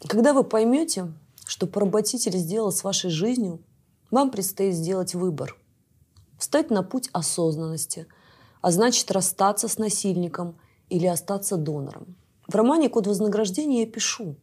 Когда вы поймете, что поработитель сделал с вашей жизнью, вам предстоит сделать выбор. Встать на путь осознанности, а значит расстаться с насильником или остаться донором. В романе «Код вознаграждения» я пишу: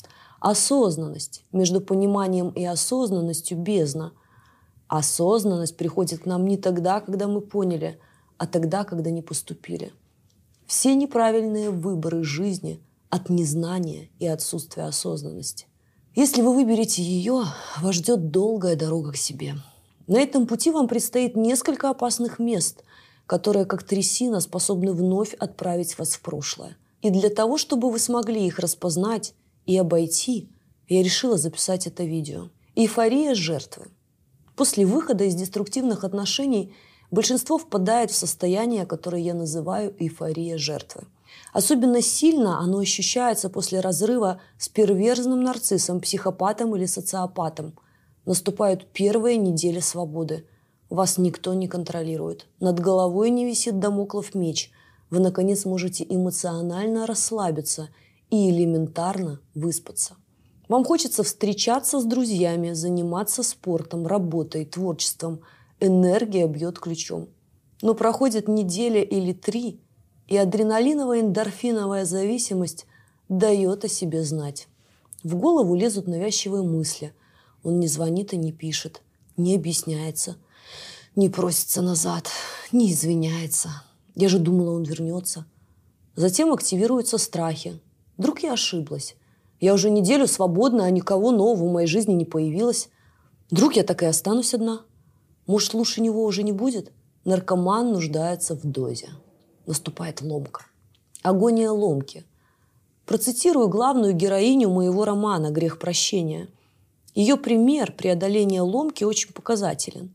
осознанность между пониманием и осознанностью бездна. Осознанность приходит к нам не тогда, когда мы поняли, а тогда, когда не поступили. Все неправильные выборы жизни от незнания и отсутствия осознанности. Если вы выберете ее, вас ждет долгая дорога к себе. На этом пути вам предстоит несколько опасных мест, которые, как трясина, способны вновь отправить вас в прошлое. И для того, чтобы вы смогли их распознать и обойти, я решила записать это видео. Эйфория жертвы. После выхода из деструктивных отношений большинство впадает в состояние, которое я называю эйфория жертвы. Особенно сильно оно ощущается после разрыва с перверзным нарциссом, психопатом или социопатом. Наступают первые недели свободы. Вас никто не контролирует. Над головой не висит дамоклов меч. Вы, наконец, можете эмоционально расслабиться и элементарно выспаться. Вам хочется встречаться с друзьями, заниматься спортом, работой, творчеством. Энергия бьет ключом. Но проходит неделя или 3, и адреналиновая эндорфиновая зависимость дает о себе знать. В голову лезут навязчивые мысли. Он не звонит и не пишет, не объясняется, не просится назад, не извиняется. Я же думала, он вернется. Затем активируются страхи. Вдруг я ошиблась. Я уже неделю свободна, а никого нового в моей жизни не появилось. Вдруг я так и останусь одна? Может, лучше него уже не будет? Наркоман нуждается в дозе. Наступает ломка. Агония ломки. Процитирую главную героиню моего романа «Грех прощения». Ее пример преодоления ломки очень показателен.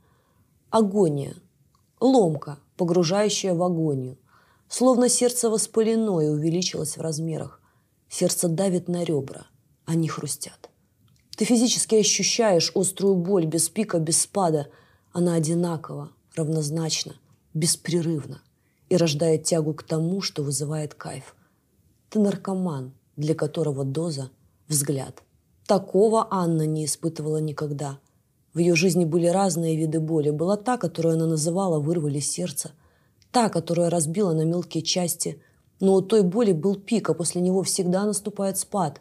Агония. Ломка, погружающая в агонию. Словно сердце воспалено и увеличилось в размерах. Сердце давит на ребра, они хрустят. Ты физически ощущаешь острую боль без пика, без спада. Она одинакова, равнозначна, беспрерывна и рождает тягу к тому, что вызывает кайф. Ты наркоман, для которого доза – взгляд. Такого Анна не испытывала никогда. В ее жизни были разные виды боли. Была та, которую она называла «вырвали сердце», та, которая разбила на мелкие части. Но у той боли был пик, а после него всегда наступает спад.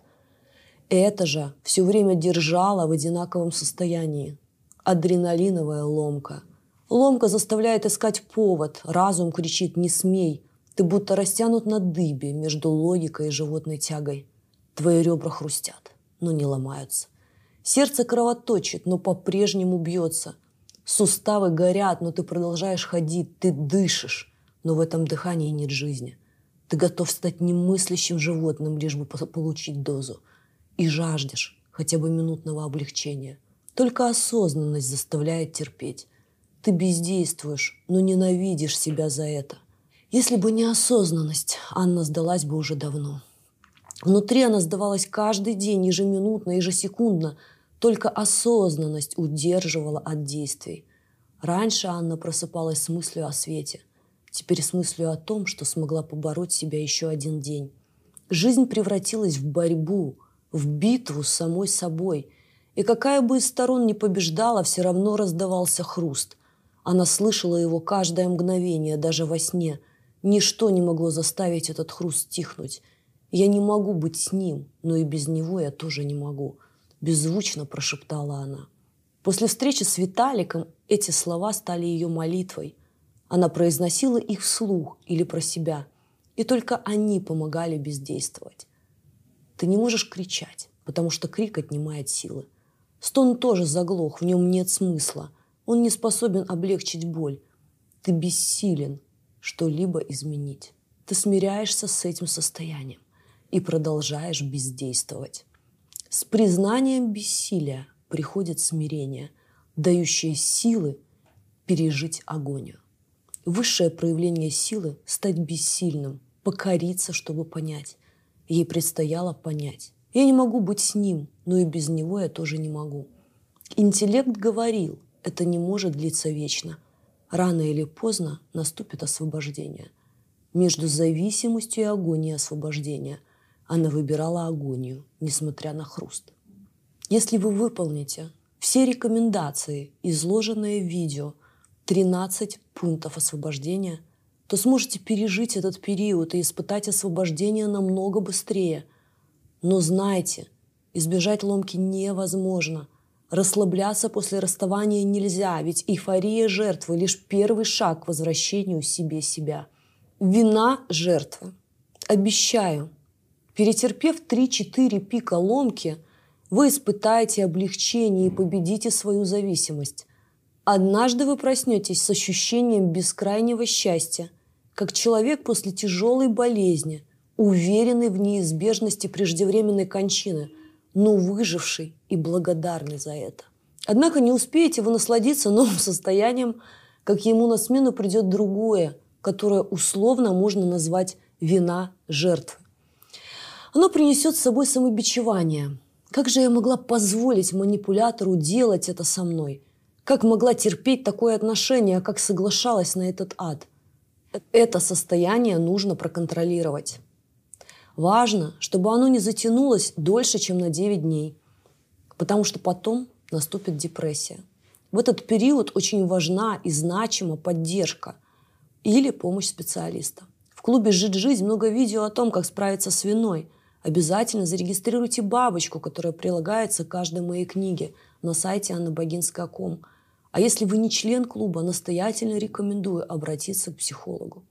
Это же все время держала в одинаковом состоянии. Адреналиновая ломка. Ломка заставляет искать повод. Разум кричит «не смей». Ты будто растянут на дыбе между логикой и животной тягой. Твои ребра хрустят, но не ломаются. Сердце кровоточит, но по-прежнему бьется. Суставы горят, но ты продолжаешь ходить. Ты дышишь, но в этом дыхании нет жизни. Ты готов стать немыслящим животным, лишь бы получить дозу. И жаждешь хотя бы минутного облегчения. Только осознанность заставляет терпеть. Ты бездействуешь, но ненавидишь себя за это. Если бы не осознанность, Анна сдалась бы уже давно. Внутри она сдавалась каждый день, ежеминутно, ежесекундно. Только осознанность удерживала от действий. Раньше Анна просыпалась с мыслью о свете. Теперь с мыслью о том, что смогла побороть себя еще один день. Жизнь превратилась в борьбу, в битву с самой собой. И какая бы из сторон ни побеждала, все равно раздавался хруст. Она слышала его каждое мгновение, даже во сне. Ничто не могло заставить этот хруст стихнуть. Я не могу быть с ним, но и без него я тоже не могу. Беззвучно прошептала она. После встречи с Виталиком эти слова стали ее молитвой. Она произносила их вслух или про себя. И только они помогали бездействовать. Ты не можешь кричать, потому что крик отнимает силы. Стон тоже заглох, в нем нет смысла. Он не способен облегчить боль. Ты бессилен что-либо изменить. Ты смиряешься с этим состоянием и продолжаешь бездействовать. С признанием бессилия приходит смирение, дающее силы пережить агонию. Высшее проявление силы – стать бессильным, покориться, чтобы понять. Ей предстояло понять. Я не могу быть с ним, но и без него я тоже не могу. Интеллект говорил, это не может длиться вечно. Рано или поздно наступит освобождение. Между зависимостью и агонией освобождения она выбирала агонию, несмотря на хруст. Если вы выполните все рекомендации, изложенные в видео, 13 пунктов освобождения, то сможете пережить этот период и испытать освобождение намного быстрее. Но знайте, избежать ломки невозможно. Расслабляться после расставания нельзя, ведь эйфория жертвы – лишь первый шаг к возвращению себе себя. Вина жертвы. Обещаю, перетерпев 3-4 пика ломки, вы испытаете облегчение и победите свою зависимость. Однажды вы проснетесь с ощущением бескрайнего счастья, как человек после тяжелой болезни, уверенный в неизбежности преждевременной кончины, но выживший и благодарный за это. Однако не успеете вы насладиться новым состоянием, как ему на смену придет другое, которое условно можно назвать вина жертвы. Оно принесет с собой самобичевание. Как же я могла позволить манипулятору делать это со мной? Как могла терпеть такое отношение, как соглашалась на этот ад? Это состояние нужно проконтролировать. Важно, чтобы оно не затянулось дольше, чем на 9 дней, потому что потом наступит депрессия. В этот период очень важна и значима поддержка или помощь специалиста. В клубе «Жить жизнь» много видео о том, как справиться с виной. Обязательно зарегистрируйте бабочку, которая прилагается к каждой моей книге на сайте annabogинская.com. А если вы не член клуба, настоятельно рекомендую обратиться к психологу.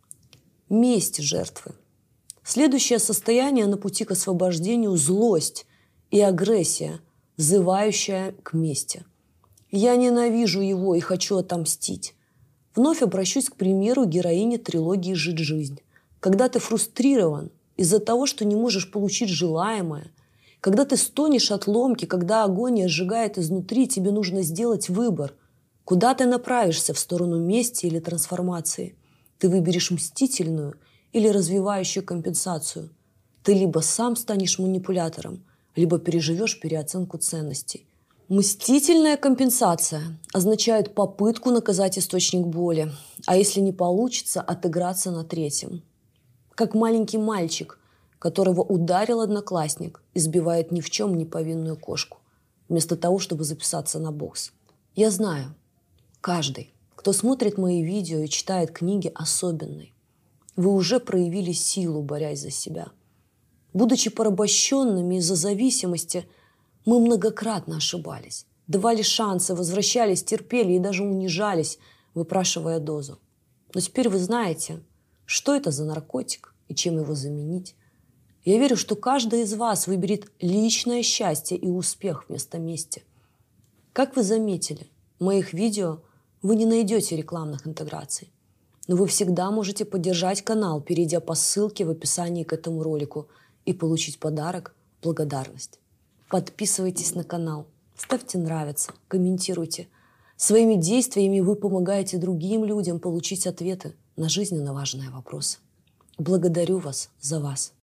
Месть жертвы. Следующее состояние на пути к освобождению – злость и агрессия, взывающая к мести. Я ненавижу его и хочу отомстить. Вновь обращусь к примеру героини трилогии «Жить жизнь». Когда ты фрустрирован из-за того, что не можешь получить желаемое, когда ты стонешь от ломки, когда агония сжигает изнутри, тебе нужно сделать выбор. Куда ты направишься, в сторону мести или трансформации? Ты выберешь мстительную или развивающую компенсацию. Ты либо сам станешь манипулятором, либо переживешь переоценку ценностей. Мстительная компенсация означает попытку наказать источник боли, а если не получится, отыграться на третьем. Как маленький мальчик, которого ударил одноклассник, избивает ни в чем не повинную кошку, вместо того, чтобы записаться на бокс. Я знаю, каждый, кто смотрит мои видео и читает книги, особенный. Вы уже проявили силу, борясь за себя. Будучи порабощенными из-за зависимости, мы многократно ошибались, давали шансы, возвращались, терпели и даже унижались, выпрашивая дозу. Но теперь вы знаете, что это за наркотик и чем его заменить. Я верю, что каждый из вас выберет личное счастье и успех вместо мести. Как вы заметили, в моих видео вы не найдете рекламных интеграций. Но вы всегда можете поддержать канал, перейдя по ссылке в описании к этому ролику и получить подарок в благодарность. Подписывайтесь на канал, ставьте нравится, комментируйте. Своими действиями вы помогаете другим людям получить ответы на жизненно важные вопросы. Благодарю вас за вас.